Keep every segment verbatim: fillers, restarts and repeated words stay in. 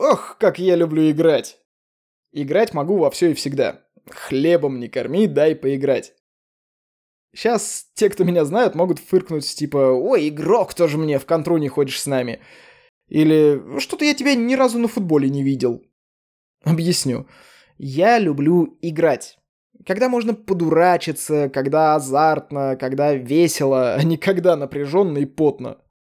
Ох, как я люблю играть! Играть могу во все и всегда. Хлебом не корми, дай поиграть. Сейчас те, кто меня знают, могут фыркнуть типа «Ой, игрок, тоже мне в контру не ходишь с нами». Или «Что-то я тебя ни разу на футболе не видел». Объясню. Я люблю играть. Когда можно подурачиться, когда азартно, когда весело, а не когда напряженно и потно.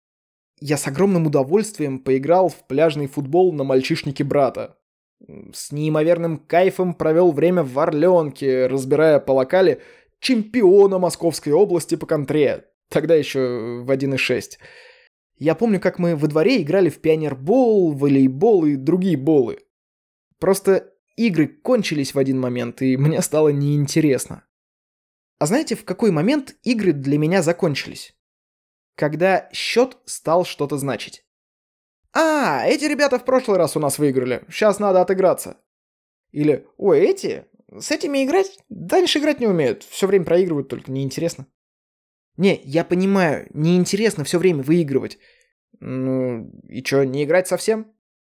Я с огромным удовольствием поиграл в пляжный футбол на мальчишнике брата. С неимоверным кайфом провел время в Орленке, разбирая по локале чемпиона Московской области по контре, тогда еще в один шесть. Я помню, как мы во дворе играли в пионербол, волейбол и другие болы. Просто игры кончились в один момент, и мне стало неинтересно. А знаете, в какой момент игры для меня закончились? Когда счет стал что-то значить. «А, эти ребята в прошлый раз у нас выиграли, сейчас надо отыграться». Или «Ой, эти? С этими играть? Дальше играть не умеют, все время проигрывают, только неинтересно». Не, я понимаю, неинтересно все время выигрывать. Ну, и чё, не играть совсем?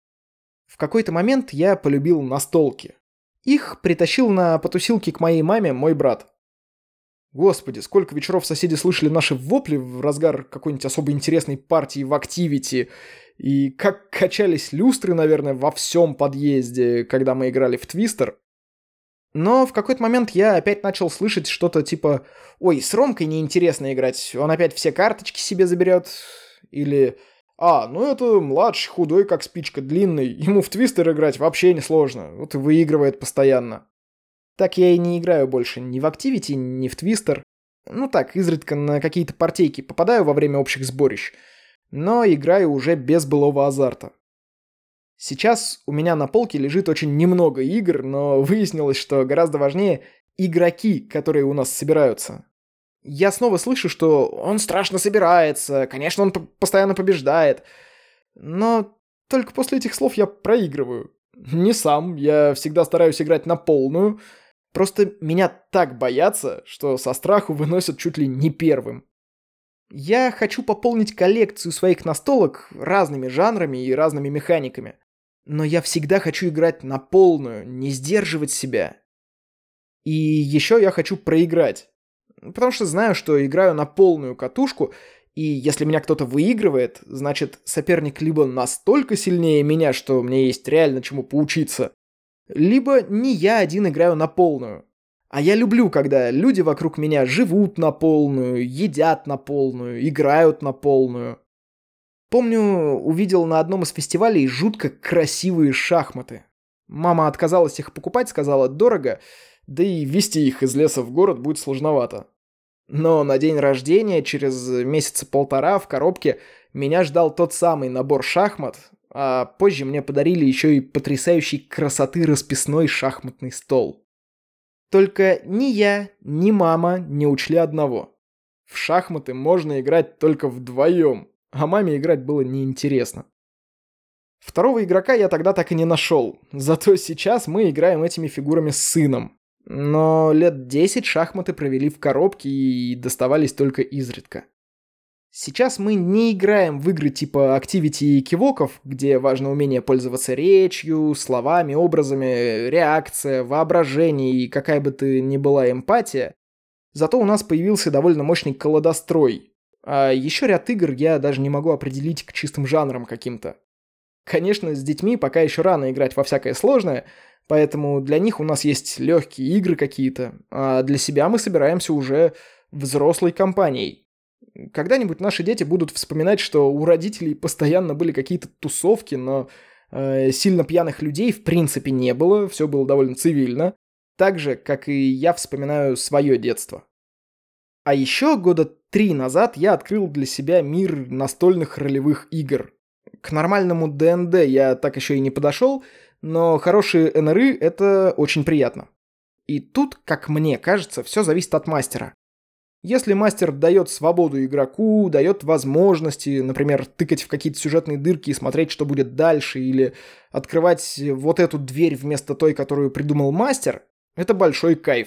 В какой-то момент я полюбил настолки. Их притащил на потусилки к моей маме мой брат. Господи, сколько вечеров соседи слышали наши вопли в разгар какой-нибудь особо интересной партии в Activity, и как качались люстры, наверное, во всем подъезде, когда мы играли в Твистер. Но в какой-то момент я опять начал слышать что-то типа «Ой, с Ромкой неинтересно играть, он опять все карточки себе заберет». Или «А, ну это младший, худой, как спичка, длинный, ему в Твистер играть вообще не сложно, вот и выигрывает постоянно». Так я и не играю больше ни в Activity, ни в Твистер. Ну так, изредка на какие-то партейки попадаю во время общих сборищ, но играю уже без былого азарта. Сейчас у меня на полке лежит очень немного игр, но выяснилось, что гораздо важнее игроки, которые у нас собираются. Я снова слышу, что он страшно собирается, конечно, он постоянно побеждает. Но только после этих слов я проигрываю. Не сам, я всегда стараюсь играть на полную. Просто меня так боятся, что со страху выносят чуть ли не первым. Я хочу пополнить коллекцию своих настолок разными жанрами и разными механиками. Но я всегда хочу играть на полную, не сдерживать себя. И еще я хочу проиграть. Потому что знаю, что играю на полную катушку, и если меня кто-то выигрывает, значит соперник либо настолько сильнее меня, что мне есть реально чему поучиться, либо не я один играю на полную. А я люблю, когда люди вокруг меня живут на полную, едят на полную, играют на полную. Помню, увидел на одном из фестивалей жутко красивые шахматы. Мама отказалась их покупать, сказала дорого, да и везти их из леса в город будет сложновато. Но на день рождения, через месяца полтора, в коробке меня ждал тот самый набор шахмат, а позже мне подарили еще и потрясающей красоты расписной шахматный стол. Только ни я, ни мама не учли одного. В шахматы можно играть только вдвоем, а маме играть было неинтересно. Второго игрока я тогда так и не нашел, зато сейчас мы играем этими фигурами с сыном. Но лет десять шахматы провели в коробке и доставались только изредка. Сейчас мы не играем в игры типа Activity и Кивоков, где важно умение пользоваться речью, словами, образами, реакция, воображение и какая бы то ни была эмпатия. Зато у нас появился довольно мощный колодострой. А еще ряд игр я даже не могу определить к чистым жанрам каким-то. Конечно, с детьми пока еще рано играть во всякое сложное, поэтому для них у нас есть легкие игры какие-то, а для себя мы собираемся уже взрослой компанией. Когда-нибудь наши дети будут вспоминать, что у родителей постоянно были какие-то тусовки, но э, сильно пьяных людей в принципе не было, все было довольно цивильно, так же, как и я вспоминаю свое детство. А еще года три назад я открыл для себя мир настольных ролевых игр. К нормальному ди энд ди я так еще и не подошел, но хорошие эн эр и — это очень приятно. И тут, как мне кажется, все зависит от мастера. Если мастер дает свободу игроку, дает возможности, например, тыкать в какие-то сюжетные дырки и смотреть, что будет дальше, или открывать вот эту дверь вместо той, которую придумал мастер, это большой кайф.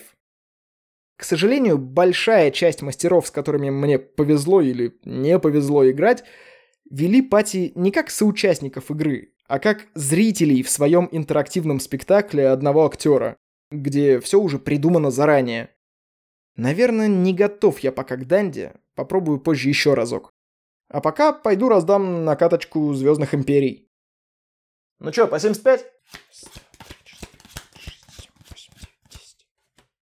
К сожалению, большая часть мастеров, с которыми мне повезло или не повезло играть, вели пати не как соучастников игры, а как зрителей в своем интерактивном спектакле одного актера, где все уже придумано заранее. Наверное, не готов я пока к Данди, попробую позже еще разок. А пока пойду раздам накаточку Звездных Империй. Ну чё, по семьдесят пять?